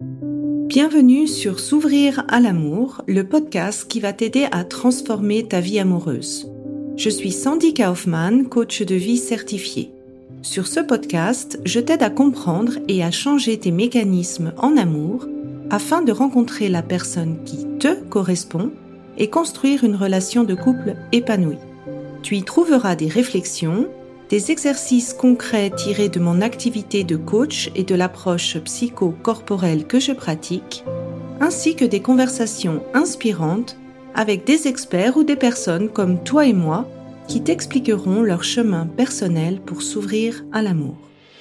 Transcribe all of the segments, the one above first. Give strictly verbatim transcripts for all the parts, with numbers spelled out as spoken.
Bienvenue sur S'ouvrir à l'amour, le podcast qui va t'aider à transformer ta vie amoureuse. Je suis Sandy Kaufmann, coach de vie certifiée. Sur ce podcast, je t'aide à comprendre et à changer tes mécanismes en amour afin de rencontrer la personne qui te correspond et construire une relation de couple épanouie. Tu y trouveras des réflexions, des exercices concrets tirés de mon activité de coach et de l'approche psycho-corporelle que je pratique, ainsi que des conversations inspirantes avec des experts ou des personnes comme toi et moi qui t'expliqueront leur chemin personnel pour s'ouvrir à l'amour.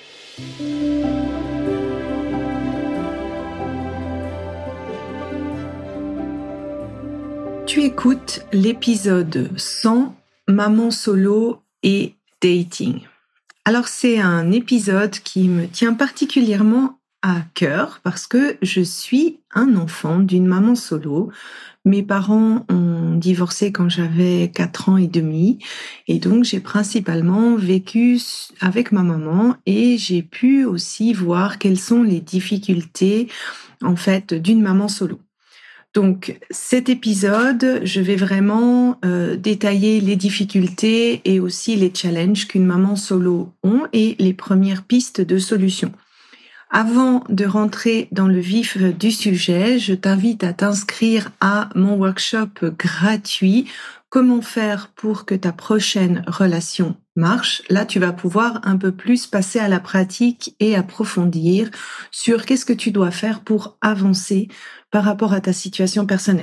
Tu écoutes l'épisode cent, Maman solo et dating. Alors c'est un épisode qui me tient particulièrement à cœur parce que je suis un enfant d'une maman solo. Mes parents ont divorcé quand j'avais quatre ans et demi et donc j'ai principalement vécu avec ma maman et j'ai pu aussi voir quelles sont les difficultés en fait d'une maman solo. Donc cet épisode, je vais vraiment euh, détailler les difficultés et aussi les challenges qu'une maman solo ont et les premières pistes de solutions. Avant de rentrer dans le vif du sujet, je t'invite à t'inscrire à mon workshop gratuit « Comment faire pour que ta prochaine relation marche ?» Là, tu vas pouvoir un peu plus passer à la pratique et approfondir sur qu'est-ce que tu dois faire pour avancer par rapport à ta situation personnelle.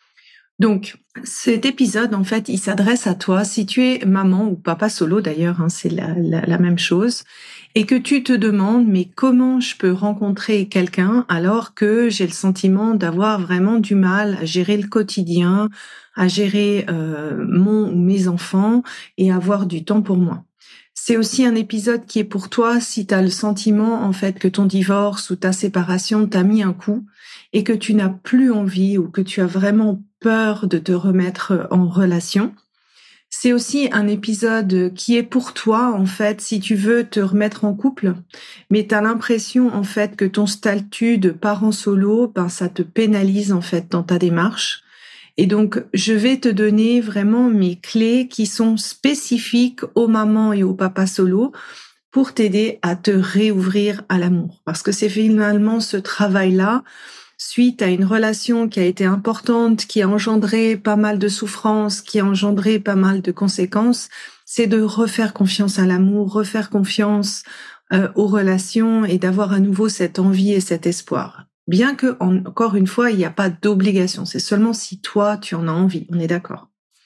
Donc, cet épisode, en fait, il s'adresse à toi si tu es maman ou papa solo d'ailleurs, hein, c'est la, la, la même chose, et que tu te demandes, mais comment je peux rencontrer quelqu'un alors que j'ai le sentiment d'avoir vraiment du mal à gérer le quotidien, à gérer euh, mon ou mes enfants et avoir du temps pour moi. C'est aussi un épisode qui est pour toi si tu as le sentiment en fait que ton divorce ou ta séparation t'a mis un coup et que tu n'as plus envie ou que tu as vraiment peur de te remettre en relation. C'est aussi un épisode qui est pour toi en fait si tu veux te remettre en couple, mais tu as l'impression en fait que ton statut de parent solo, ben ça te pénalise en fait dans ta démarche. Et donc, je vais te donner vraiment mes clés qui sont spécifiques aux mamans et aux papas solo pour t'aider à te réouvrir à l'amour. Parce que c'est finalement ce travail-là, suite à une relation qui a été importante, qui a engendré pas mal de souffrances, qui a engendré pas mal de conséquences, c'est de refaire confiance à l'amour, refaire confiance euh, aux relations et d'avoir à nouveau cette envie et cet espoir. Bien que, encore une fois, il n'y a pas d'obligation. C'est seulement si toi, tu en as envie. On est d'accord.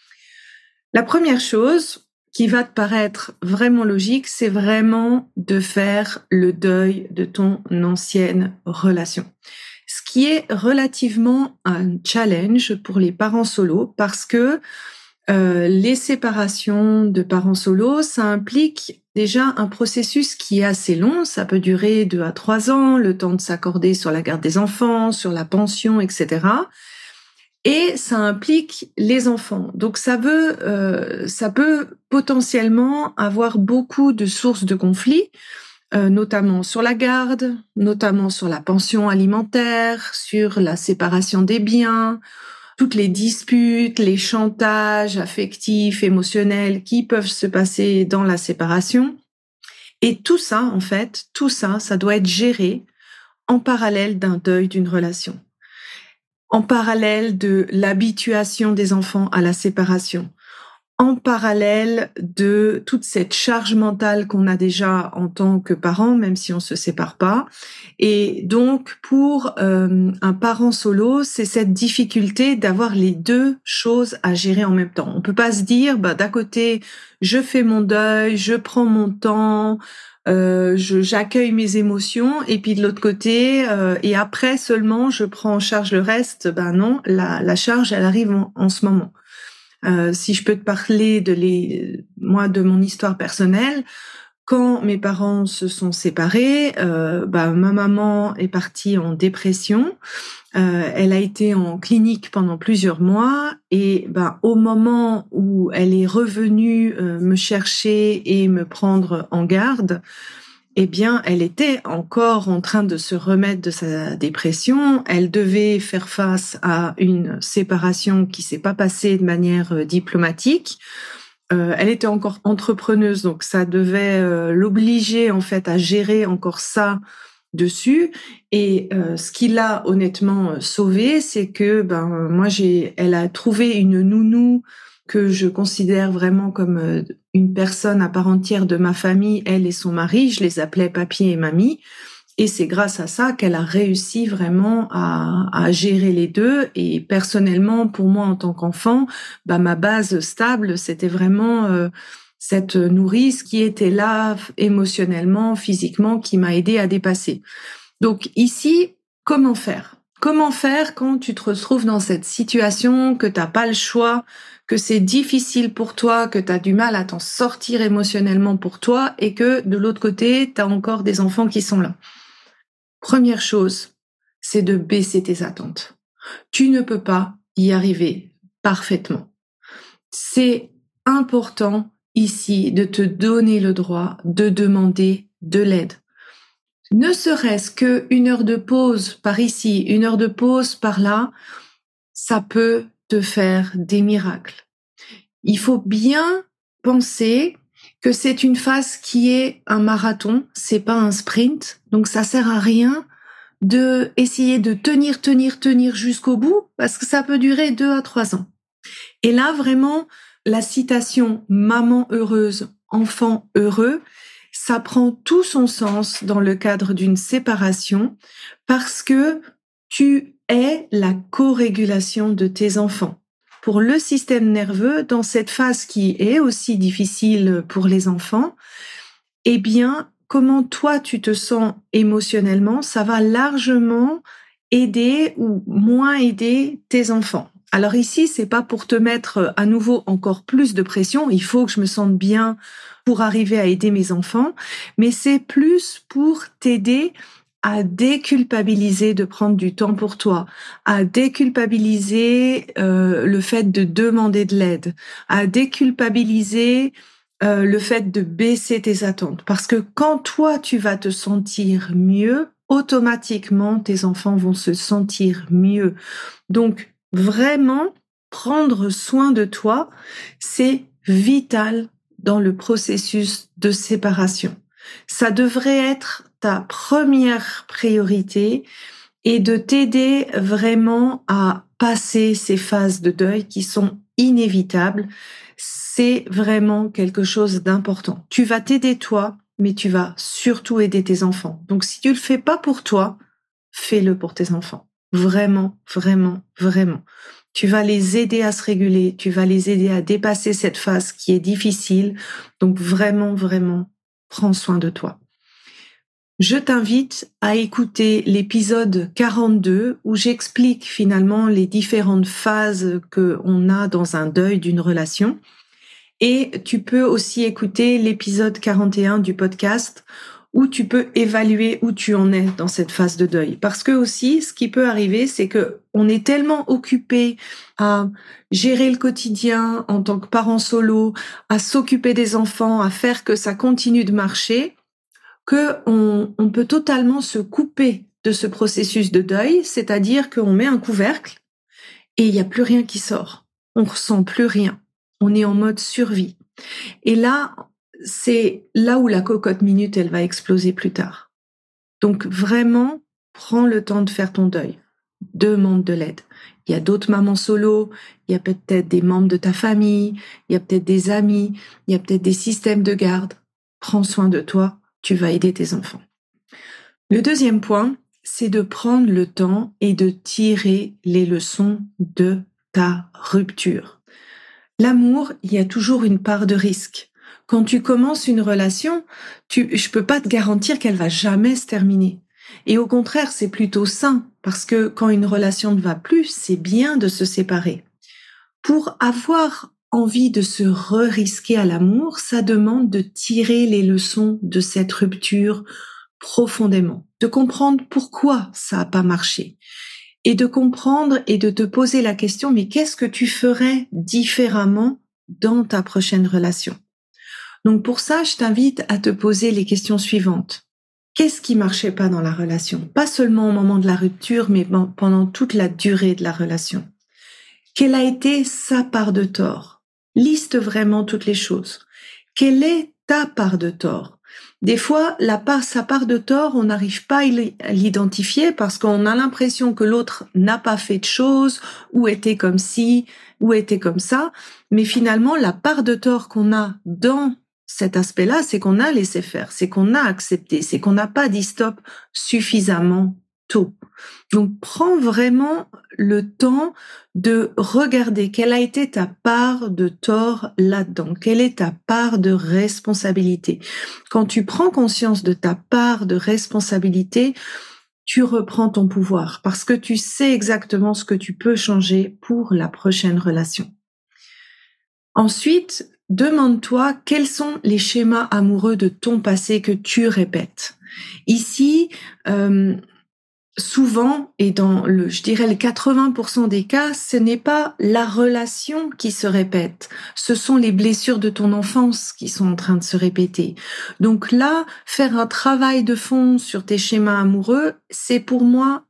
La première chose qui va te paraître vraiment logique, c'est vraiment de faire le deuil de ton ancienne relation. Ce qui est relativement un challenge pour les parents solos parce que euh, les séparations de parents solos, ça implique déjà un processus qui est assez long, ça peut durer deux à trois ans, le temps de s'accorder sur la garde des enfants, sur la pension, et cetera. Et ça implique les enfants. Donc ça veut, euh, ça peut potentiellement avoir beaucoup de sources de conflits, euh, notamment sur la garde, notamment sur la pension alimentaire, sur la séparation des biens, toutes les disputes, les chantages affectifs, émotionnels qui peuvent se passer dans la séparation. Et tout ça, en fait, tout ça, ça doit être géré en parallèle d'un deuil d'une relation, en parallèle de l'habituation des enfants à la séparation, en parallèle de toute cette charge mentale qu'on a déjà en tant que parent, même si on se sépare pas. Et donc, pour euh, un parent solo, c'est cette difficulté d'avoir les deux choses à gérer en même temps. On peut pas se dire, bah, d'un côté, je fais mon deuil, je prends mon temps, euh, je, j'accueille mes émotions, et puis de l'autre côté, euh, et après seulement, je prends en charge le reste. Ben non, la, la charge, elle arrive en, en ce moment. Euh, si je peux te parler de les, moi, de mon histoire personnelle, quand mes parents se sont séparés, euh, bah, ma maman est partie en dépression. Euh, elle a été en clinique pendant plusieurs mois et bah, au moment où elle est revenue euh, me chercher et me prendre en garde, eh bien, elle était encore en train de se remettre de sa dépression. Elle devait faire face à une séparation qui s'est pas passée de manière euh, diplomatique. Euh, elle était encore entrepreneuse, donc ça devait euh, l'obliger en fait à gérer encore ça dessus. Et euh, ce qui l'a honnêtement sauvé, c'est que ben moi j'ai, elle a trouvé une nounou que je considère vraiment comme une personne à part entière de ma famille, elle et son mari. Je les appelais papy et mamie. Et c'est grâce à ça qu'elle a réussi vraiment à, à gérer les deux. Et personnellement, pour moi en tant qu'enfant, bah, ma base stable, c'était vraiment euh, cette nourrice qui était là émotionnellement, physiquement, qui m'a aidée à dépasser. Donc ici, comment faire ? Comment faire quand tu te retrouves dans cette situation, que t'as pas le choix, que c'est difficile pour toi, que t'as du mal à t'en sortir émotionnellement pour toi et que de l'autre côté, t'as encore des enfants qui sont là. Première chose, c'est de baisser tes attentes. Tu ne peux pas y arriver parfaitement. C'est important ici de te donner le droit de demander de l'aide. Ne serait-ce qu'une heure de pause par ici, une heure de pause par là, ça peut te faire des miracles. Il faut bien penser que c'est une phase qui est un marathon, c'est pas un sprint, donc ça sert à rien de essayer de tenir, tenir, tenir jusqu'au bout, parce que ça peut durer deux à trois ans. Et là, vraiment, la citation « maman heureuse, enfant heureux », ça prend tout son sens dans le cadre d'une séparation parce que tu es la co-régulation de tes enfants. Pour le système nerveux, dans cette phase qui est aussi difficile pour les enfants, eh bien, comment toi tu te sens émotionnellement, ça va largement aider ou moins aider tes enfants. Alors ici, c'est pas pour te mettre à nouveau encore plus de pression, il faut que je me sente bien pour arriver à aider mes enfants, mais c'est plus pour t'aider à déculpabiliser de prendre du temps pour toi, à déculpabiliser euh, le fait de demander de l'aide, à déculpabiliser euh, le fait de baisser tes attentes. Parce que quand toi, tu vas te sentir mieux, automatiquement, tes enfants vont se sentir mieux. Donc, vraiment, prendre soin de toi, c'est vital dans le processus de séparation. Ça devrait être ta première priorité et de t'aider vraiment à passer ces phases de deuil qui sont inévitables. C'est vraiment quelque chose d'important. Tu vas t'aider toi, mais tu vas surtout aider tes enfants. Donc si tu le fais pas pour toi, fais-le pour tes enfants. Vraiment, vraiment, vraiment. Tu vas les aider à se réguler, tu vas les aider à dépasser cette phase qui est difficile. Donc vraiment, vraiment, prends soin de toi. Je t'invite à écouter l'épisode quarante-deux où j'explique finalement les différentes phases que on a dans un deuil d'une relation. Et tu peux aussi écouter l'épisode quarante et un du podcast où tu peux évaluer où tu en es dans cette phase de deuil. Parce que aussi, ce qui peut arriver, c'est que on est tellement occupé à gérer le quotidien en tant que parent solo, à s'occuper des enfants, à faire que ça continue de marcher, que on, on peut totalement se couper de ce processus de deuil, c'est-à-dire qu'on met un couvercle et il n'y a plus rien qui sort. On ressent plus rien. On est en mode survie. Et là, c'est là où la cocotte minute, elle va exploser plus tard. Donc vraiment, prends le temps de faire ton deuil. Demande de l'aide. Il y a d'autres mamans solo, il y a peut-être des membres de ta famille, il y a peut-être des amis, il y a peut-être des systèmes de garde. Prends soin de toi, tu vas aider tes enfants. Le deuxième point, c'est de prendre le temps et de tirer les leçons de ta rupture. L'amour, il y a toujours une part de risque. Quand tu commences une relation, tu, je peux pas te garantir qu'elle va jamais se terminer. Et au contraire, c'est plutôt sain, parce que quand une relation ne va plus, c'est bien de se séparer. Pour avoir envie de se re-risquer à l'amour, ça demande de tirer les leçons de cette rupture profondément, de comprendre pourquoi ça n'a pas marché. Et de comprendre et de te poser la question, mais qu'est-ce que tu ferais différemment dans ta prochaine relation ? Donc pour ça, je t'invite à te poser les questions suivantes. Qu'est-ce qui marchait pas dans la relation? Pas seulement au moment de la rupture, mais pendant toute la durée de la relation. Quelle a été sa part de tort? Liste vraiment toutes les choses. Quelle est ta part de tort? Des fois, la part, sa part de tort, on n'arrive pas à l'identifier parce qu'on a l'impression que l'autre n'a pas fait de choses, ou était comme ci, ou était comme ça. Mais finalement, la part de tort qu'on a dans cet aspect-là, c'est qu'on a laissé faire, c'est qu'on a accepté, c'est qu'on n'a pas dit stop suffisamment tôt. Donc, prends vraiment le temps de regarder quelle a été ta part de tort là-dedans, quelle est ta part de responsabilité. Quand tu prends conscience de ta part de responsabilité, tu reprends ton pouvoir parce que tu sais exactement ce que tu peux changer pour la prochaine relation. Ensuite, demande-toi quels sont les schémas amoureux de ton passé que tu répètes. Ici, euh, souvent, et dans le, je dirais les quatre-vingts pour cent des cas, ce n'est pas la relation qui se répète. Ce sont les blessures de ton enfance qui sont en train de se répéter. Donc là, faire un travail de fond sur tes schémas amoureux, c'est pour moi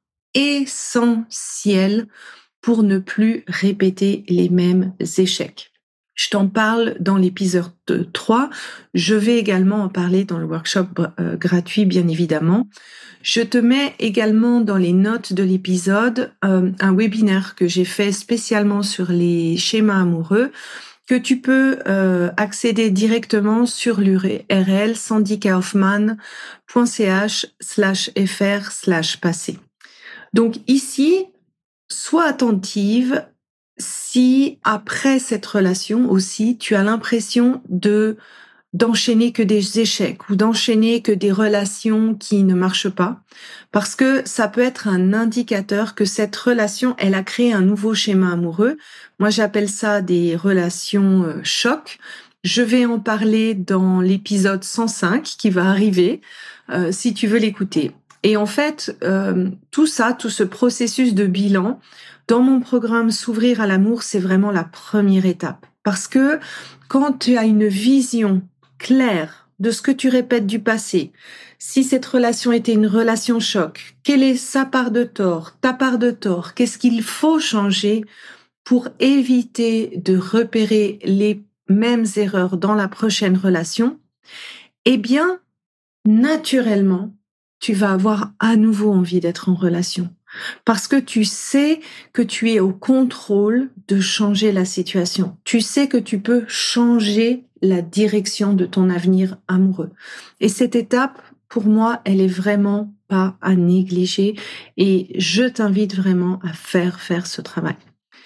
essentiel pour ne plus répéter les mêmes échecs. Je t'en parle dans l'épisode trois. Je vais également en parler dans le workshop euh, gratuit, bien évidemment. Je te mets également dans les notes de l'épisode euh, un webinaire que j'ai fait spécialement sur les schémas amoureux que tu peux euh, accéder directement sur l'U R L sandy kaufman point c h slash f r slash passé. Donc ici, sois attentive si après cette relation aussi, tu as l'impression de d'enchaîner que des échecs ou d'enchaîner que des relations qui ne marchent pas, parce que ça peut être un indicateur que cette relation, elle a créé un nouveau schéma amoureux. Moi, j'appelle ça des relations euh, choc. Je vais en parler dans l'épisode cent cinq qui va arriver, euh, si tu veux l'écouter. Et en fait, euh, tout ça, tout ce processus de bilan, dans mon programme S'ouvrir à l'amour, c'est vraiment la première étape. Parce que quand tu as une vision claire de ce que tu répètes du passé, si cette relation était une relation choc, quelle est sa part de tort, ta part de tort, qu'est-ce qu'il faut changer pour éviter de repérer les mêmes erreurs dans la prochaine relation, eh bien, naturellement, tu vas avoir à nouveau envie d'être en relation. Parce que tu sais que tu es au contrôle de changer la situation. Tu sais que tu peux changer la direction de ton avenir amoureux. Et cette étape, pour moi, elle est vraiment pas à négliger et je t'invite vraiment à faire faire ce travail.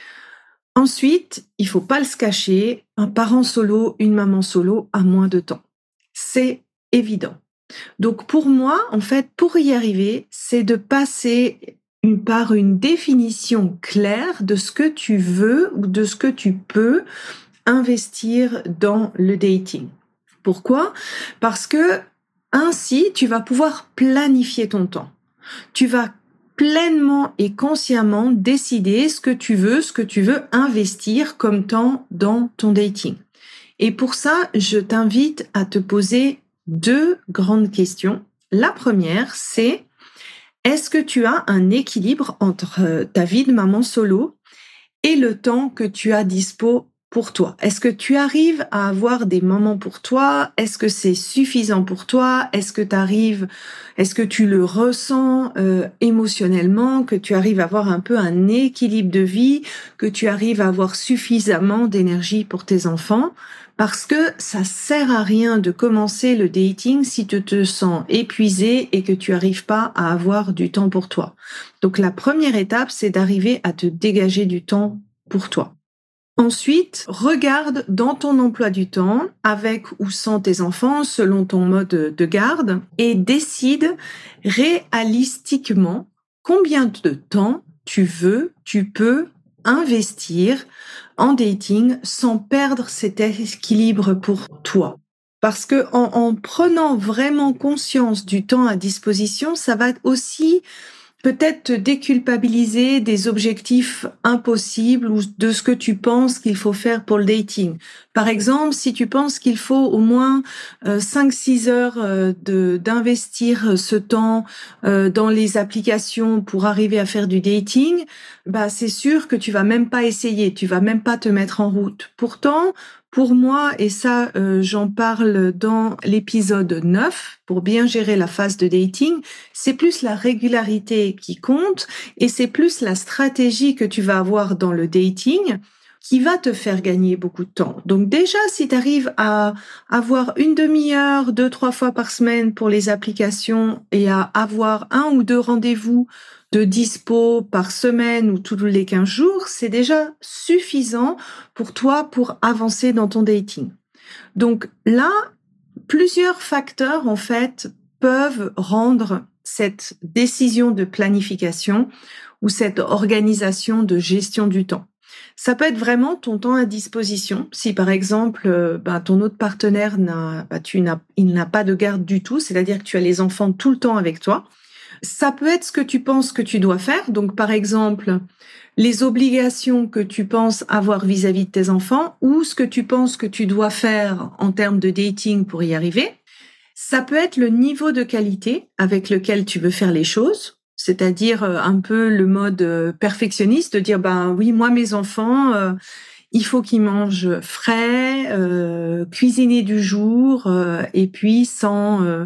Ensuite, il faut pas le se cacher, un parent solo, une maman solo a moins de temps. C'est évident. Donc pour moi, en fait, pour y arriver, c'est de passer une, par une définition claire de ce que tu veux ou de ce que tu peux investir dans le dating. Pourquoi? Parce que ainsi, tu vas pouvoir planifier ton temps. Tu vas pleinement et consciemment décider ce que tu veux, ce que tu veux investir comme temps dans ton dating. Et pour ça, je t'invite à te poser deux grandes questions. La première, c'est est-ce que tu as un équilibre entre ta vie de maman solo et le temps que tu as dispo pour toi? Est-ce que tu arrives à avoir des moments pour toi? Est-ce que c'est suffisant pour toi? Est-ce que tu arrives, est-ce que tu le ressens euh, émotionnellement, que tu arrives à avoir un peu un équilibre de vie, que tu arrives à avoir suffisamment d'énergie pour tes enfants? Parce que ça sert à rien de commencer le dating si tu te sens épuisé et que tu arrives pas à avoir du temps pour toi. Donc la première étape, c'est d'arriver à te dégager du temps pour toi. Ensuite, regarde dans ton emploi du temps, avec ou sans tes enfants, selon ton mode de garde, et décide réalistiquement combien de temps tu veux, tu peux investir en dating sans perdre cet équilibre pour toi. Parce que en, en prenant vraiment conscience du temps à disposition, ça va aussi peut-être te déculpabiliser des objectifs impossibles ou de ce que tu penses qu'il faut faire pour le dating. Par exemple, si tu penses qu'il faut au moins euh, cinq six heures euh, de, d'investir ce temps euh, dans les applications pour arriver à faire du dating, bah c'est sûr que tu vas même pas essayer, tu vas même pas te mettre en route. Pourtant, pour moi, et ça euh, j'en parle dans l'épisode neuf, pour bien gérer la phase de dating, c'est plus la régularité qui compte et c'est plus la stratégie que tu vas avoir dans le dating qui va te faire gagner beaucoup de temps. Donc déjà, si tu arrives à avoir une demi-heure, deux, trois fois par semaine pour les applications et à avoir un ou deux rendez-vous de dispo par semaine ou tous les quinze jours, c'est déjà suffisant pour toi pour avancer dans ton dating. Donc là, plusieurs facteurs, en fait, peuvent rendre cette décision de planification ou cette organisation de gestion du temps. Ça peut être vraiment ton temps à disposition. Si par exemple, euh, bah, ton autre partenaire n'a, bah, tu n'as, il n'a pas de garde du tout, c'est-à-dire que tu as les enfants tout le temps avec toi. Ça peut être ce que tu penses que tu dois faire. Donc par exemple, les obligations que tu penses avoir vis-à-vis de tes enfants ou ce que tu penses que tu dois faire en termes de dating pour y arriver. Ça peut être le niveau de qualité avec lequel tu veux faire les choses, c'est-à-dire un peu le mode perfectionniste, de dire ben oui, moi mes enfants, euh, il faut qu'ils mangent frais, euh, cuisinés du jour, euh, et puis sans, euh,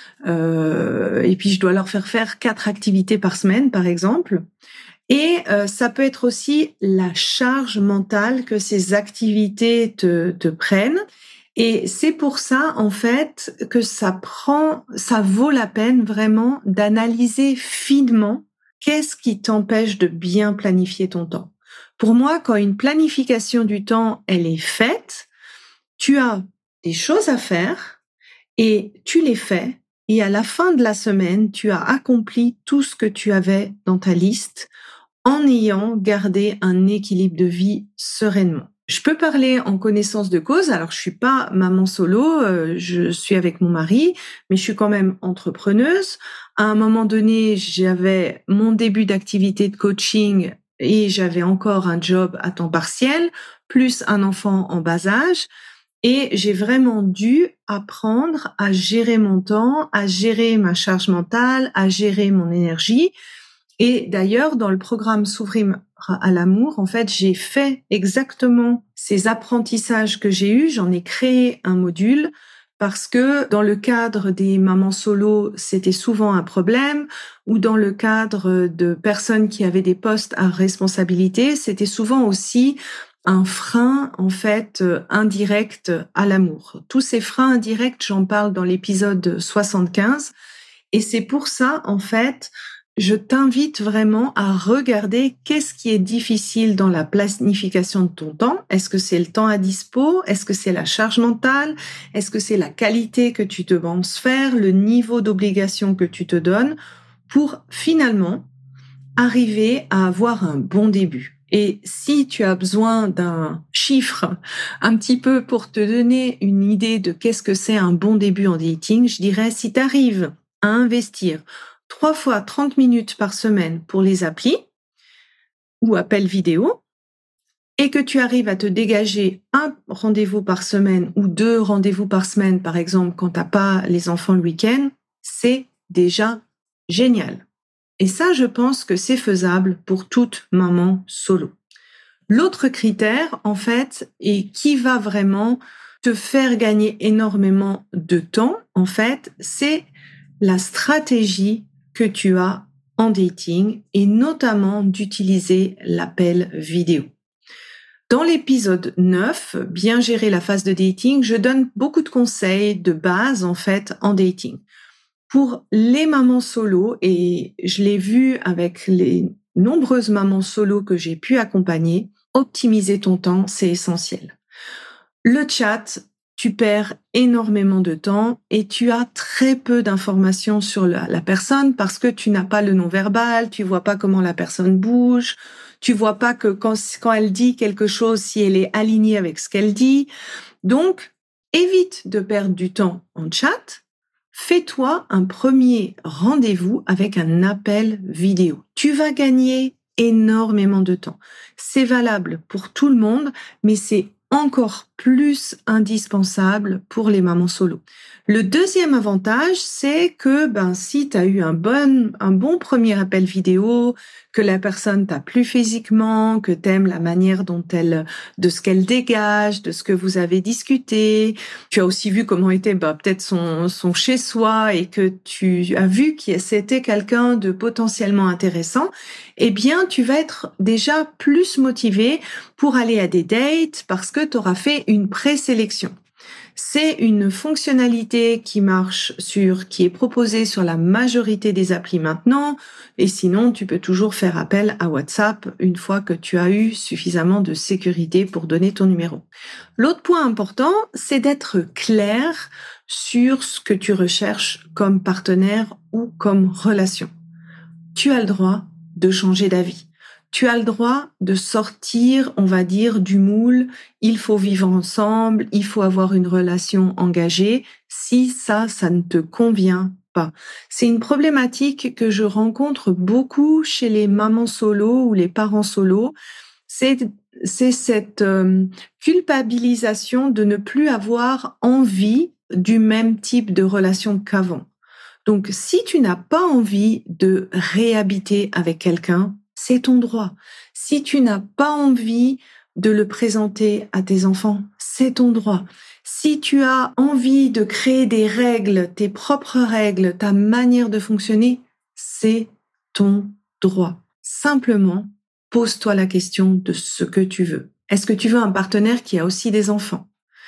euh, et puis je dois leur faire faire quatre activités par semaine, par exemple. Et euh, ça peut être aussi la charge mentale que ces activités te, te prennent. Et c'est pour ça, en fait, que ça prend, ça vaut la peine vraiment d'analyser finement qu'est-ce qui t'empêche de bien planifier ton temps. Pour moi, quand une planification du temps, elle est faite, tu as des choses à faire et tu les fais. Et à la fin de la semaine, tu as accompli tout ce que tu avais dans ta liste en ayant gardé un équilibre de vie sereinement. Je peux parler en connaissance de cause. Alors, je suis pas maman solo, euh, je suis avec mon mari, mais je suis quand même entrepreneuse. À un moment donné, j'avais mon début d'activité de coaching et j'avais encore un job à temps partiel, plus un enfant en bas âge. Et j'ai vraiment dû apprendre à gérer mon temps, à gérer ma charge mentale, à gérer mon énergie. Et d'ailleurs, dans le programme S'ouvrir à l'amour, en fait, j'ai fait exactement ces apprentissages que j'ai eus. J'en ai créé un module parce que dans le cadre des mamans solo, c'était souvent un problème, ou dans le cadre de personnes qui avaient des postes à responsabilité, c'était souvent aussi un frein, en fait, indirect à l'amour. Tous ces freins indirects, j'en parle dans l'épisode soixante-quinze. Et c'est pour ça, en fait, je t'invite vraiment à regarder qu'est-ce qui est difficile dans la planification de ton temps. Est-ce que c'est le temps à dispo? Est-ce que c'est la charge mentale? Est-ce que c'est la qualité que tu te penses faire? Le niveau d'obligation que tu te donnes pour finalement arriver à avoir un bon début? Et si tu as besoin d'un chiffre un petit peu pour te donner une idée de qu'est-ce que c'est un bon début en dating, je dirais si tu arrives à investir trois fois trente minutes par semaine pour les applis ou appels vidéo et que tu arrives à te dégager un rendez-vous par semaine ou deux rendez-vous par semaine, par exemple, quand t'as pas les enfants le week-end, c'est déjà génial. Et ça, je pense que c'est faisable pour toute maman solo. L'autre critère, en fait, et qui va vraiment te faire gagner énormément de temps, en fait, c'est la stratégie que tu as en dating et notamment d'utiliser l'appel vidéo. Dans l'épisode neuf, bien gérer la phase de dating, je donne beaucoup de conseils de base, en fait, en dating. Pour les mamans solo, et je l'ai vu avec les nombreuses mamans solo que j'ai pu accompagner, optimiser ton temps, c'est essentiel. Le chat, tu perds énormément de temps et tu as très peu d'informations sur la, la personne parce que tu n'as pas le non-verbal, tu vois pas comment la personne bouge, tu vois pas que quand, quand elle dit quelque chose, si elle est alignée avec ce qu'elle dit. Donc, évite de perdre du temps en chat. fais-toi un premier rendez-vous avec un appel vidéo. Tu vas gagner énormément de temps. C'est valable pour tout le monde, mais c'est encore plus indispensable pour les mamans solo. Le deuxième avantage, c'est que ben, si tu as eu un bon, un bon premier appel vidéo, que la personne t'a plu physiquement, que tu aimes la manière dont elle, de ce qu'elle dégage, de ce que vous avez discuté, tu as aussi vu comment était ben, peut-être son, son chez-soi et que tu as vu que c'était quelqu'un de potentiellement intéressant, eh bien, tu vas être déjà plus motivé pour aller à des dates parce que tu auras fait une présélection. C'est une fonctionnalité qui marche sur, qui est proposée sur la majorité des applis maintenant. Et sinon, tu peux toujours faire appel à WhatsApp une fois que tu as eu suffisamment de sécurité pour donner ton numéro. L'autre point important, c'est d'être clair sur ce que tu recherches comme partenaire ou comme relation. Tu as le droit de changer d'avis. Tu as le droit de sortir, on va dire, du moule. Il faut vivre ensemble, il faut avoir une relation engagée. Si ça, ça ne te convient pas. C'est une problématique que je rencontre beaucoup chez les mamans solo ou les parents solo. C'est, c'est cette euh, culpabilisation de ne plus avoir envie du même type de relation qu'avant. Donc, si tu n'as pas envie de réhabiter avec quelqu'un, c'est ton droit. Si tu n'as pas envie de le présenter à tes enfants, c'est ton droit. Si tu as envie de créer des règles, tes propres règles, ta manière de fonctionner, c'est ton droit. Simplement, pose-toi la question de ce que tu veux. Est-ce que tu veux un partenaire qui a aussi des enfants ?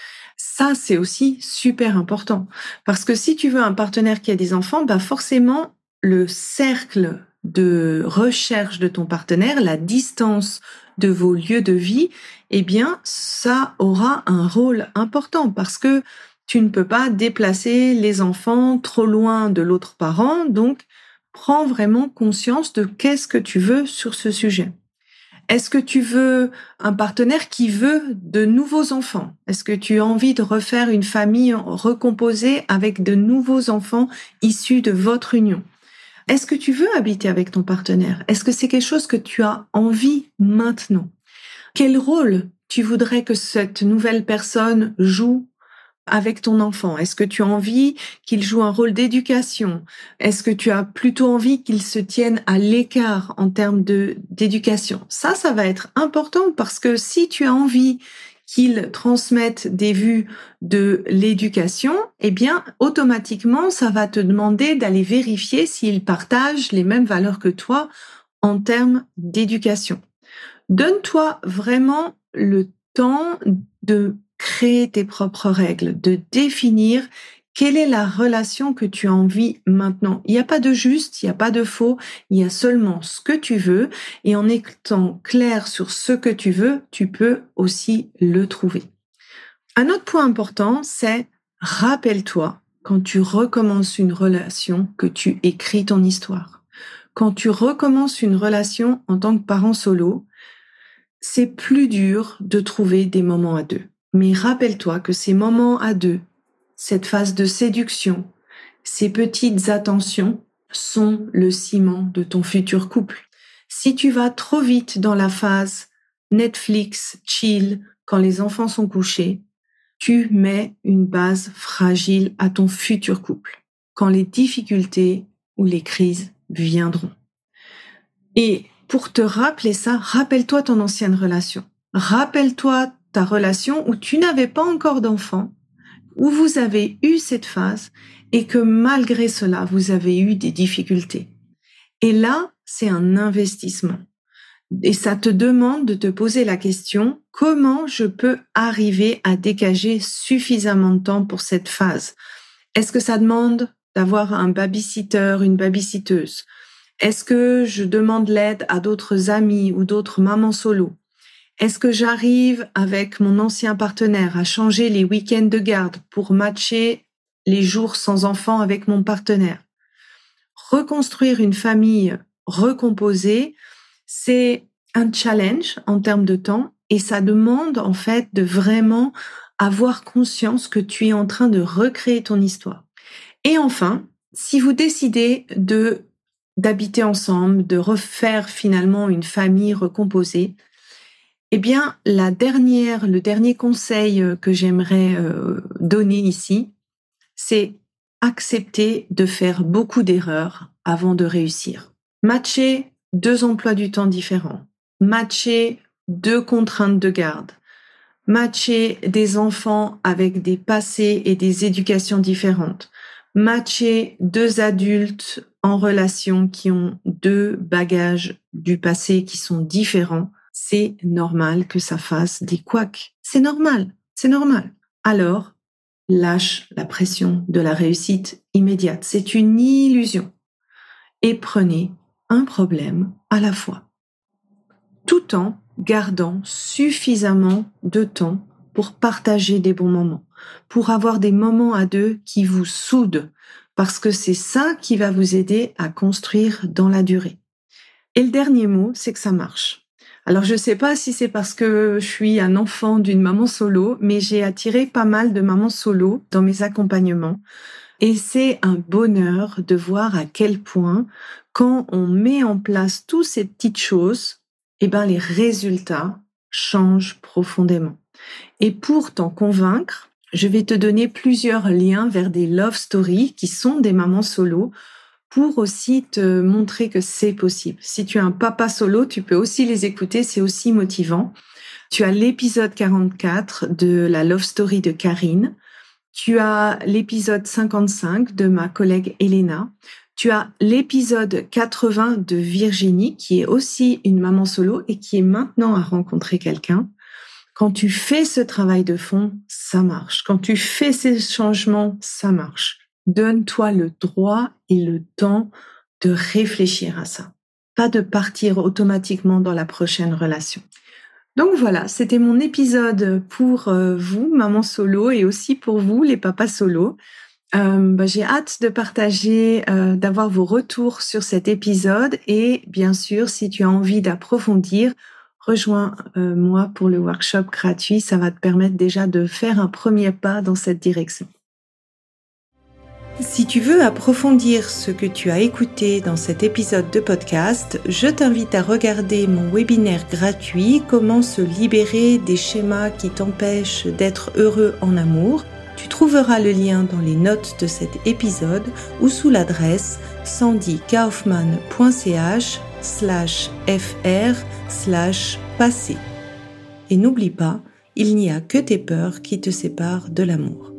Ça, c'est aussi super important. Parce que si tu veux un partenaire qui a des enfants, bah forcément, le cercle de recherche de ton partenaire, la distance de vos lieux de vie, eh bien, ça aura un rôle important parce que tu ne peux pas déplacer les enfants trop loin de l'autre parent. Donc, prends vraiment conscience de qu'est-ce que tu veux sur ce sujet. Est-ce que tu veux un partenaire qui veut de nouveaux enfants ? Est-ce que tu as envie de refaire une famille recomposée avec de nouveaux enfants issus de votre union ? Est-ce que tu veux habiter avec ton partenaire ? Est-ce que c'est quelque chose que tu as envie maintenant ? Quel rôle tu voudrais que cette nouvelle personne joue avec ton enfant? Est-ce que tu as envie qu'il joue un rôle d'éducation? Est-ce que tu as plutôt envie qu'il se tienne à l'écart en termes de, d'éducation? Ça, ça va être important parce que si tu as envie qu'il transmette des vues de l'éducation, eh bien, automatiquement, ça va te demander d'aller vérifier s'il partage les mêmes valeurs que toi en termes d'éducation. Donne-toi vraiment le temps de créer tes propres règles, de définir quelle est la relation que tu as envie maintenant. Il n'y a pas de juste, il n'y a pas de faux, il y a seulement ce que tu veux et en étant clair sur ce que tu veux, tu peux aussi le trouver. Un autre point important, c'est rappelle-toi quand tu recommences une relation que tu écris ton histoire. Quand tu recommences une relation en tant que parent solo, c'est plus dur de trouver des moments à deux. Mais rappelle-toi que ces moments à deux, cette phase de séduction, ces petites attentions sont le ciment de ton futur couple. Si tu vas trop vite dans la phase Netflix, chill, quand les enfants sont couchés, tu mets une base fragile à ton futur couple, quand les difficultés ou les crises viendront. Et pour te rappeler ça, rappelle-toi ton ancienne relation. Rappelle-toi ta relation où tu n'avais pas encore d'enfant, où vous avez eu cette phase et que malgré cela, vous avez eu des difficultés. Et là, c'est un investissement. Et ça te demande de te poser la question, comment je peux arriver à dégager suffisamment de temps pour cette phase? Est-ce que ça demande d'avoir un babysitter, une babysitteuse? Est-ce que je demande l'aide à d'autres amis ou d'autres mamans solo? Est-ce que j'arrive avec mon ancien partenaire à changer les week-ends de garde pour matcher les jours sans enfants avec mon partenaire? Reconstruire une famille recomposée, c'est un challenge en termes de temps et ça demande en fait de vraiment avoir conscience que tu es en train de recréer ton histoire. Et enfin, si vous décidez de d'habiter ensemble, de refaire finalement une famille recomposée, eh bien, la dernière, le dernier conseil que j'aimerais euh, donner ici, c'est accepter de faire beaucoup d'erreurs avant de réussir. Matcher deux emplois du temps différents, matcher deux contraintes de garde, matcher des enfants avec des passés et des éducations différentes, matcher deux adultes en relation qui ont deux bagages du passé qui sont différents, c'est normal que ça fasse des couacs. C'est normal, c'est normal. Alors, lâche la pression de la réussite immédiate. C'est une illusion. Et prenez un problème à la fois, tout en gardant suffisamment de temps pour partager des bons moments, pour avoir des moments à deux qui vous soudent, parce que c'est ça qui va vous aider à construire dans la durée. Et le dernier mot, c'est que ça marche. Alors, je ne sais pas si c'est parce que je suis un enfant d'une maman solo, mais j'ai attiré pas mal de mamans solo dans mes accompagnements. Et c'est un bonheur de voir à quel point, quand on met en place toutes ces petites choses, eh ben, les résultats changent profondément. Et pour t'en convaincre, je vais te donner plusieurs liens vers des love stories qui sont des mamans solo pour aussi te montrer que c'est possible. Si tu es un papa solo, tu peux aussi les écouter, c'est aussi motivant. Tu as l'épisode quarante-quatre de la love story de Karine. Tu as l'épisode cinquante-cinq de ma collègue Elena. Tu as l'épisode quatre-vingts de Virginie, qui est aussi une maman solo et qui est maintenant à rencontrer quelqu'un. Quand tu fais ce travail de fond, ça marche. Quand tu fais ces changements, ça marche. Donne-toi le droit et le temps de réfléchir à ça. Pas de partir automatiquement dans la prochaine relation. Donc voilà, c'était mon épisode pour euh, vous, maman solo, et aussi pour vous, les papas solo. Euh, bah, j'ai hâte de partager, euh, d'avoir vos retours sur cet épisode, et bien sûr, si tu as envie d'approfondir, rejoins-moi pour le workshop gratuit. Ça va te permettre déjà de faire un premier pas dans cette direction. Si tu veux approfondir ce que tu as écouté dans cet épisode de podcast, je t'invite à regarder mon webinaire gratuit « Comment se libérer des schémas qui t'empêchent d'être heureux en amour ». Tu trouveras le lien dans les notes de cet épisode ou sous l'adresse sandykaufman.ch slash fr slash passé. Et n'oublie pas, il n'y a que tes peurs qui te séparent de l'amour.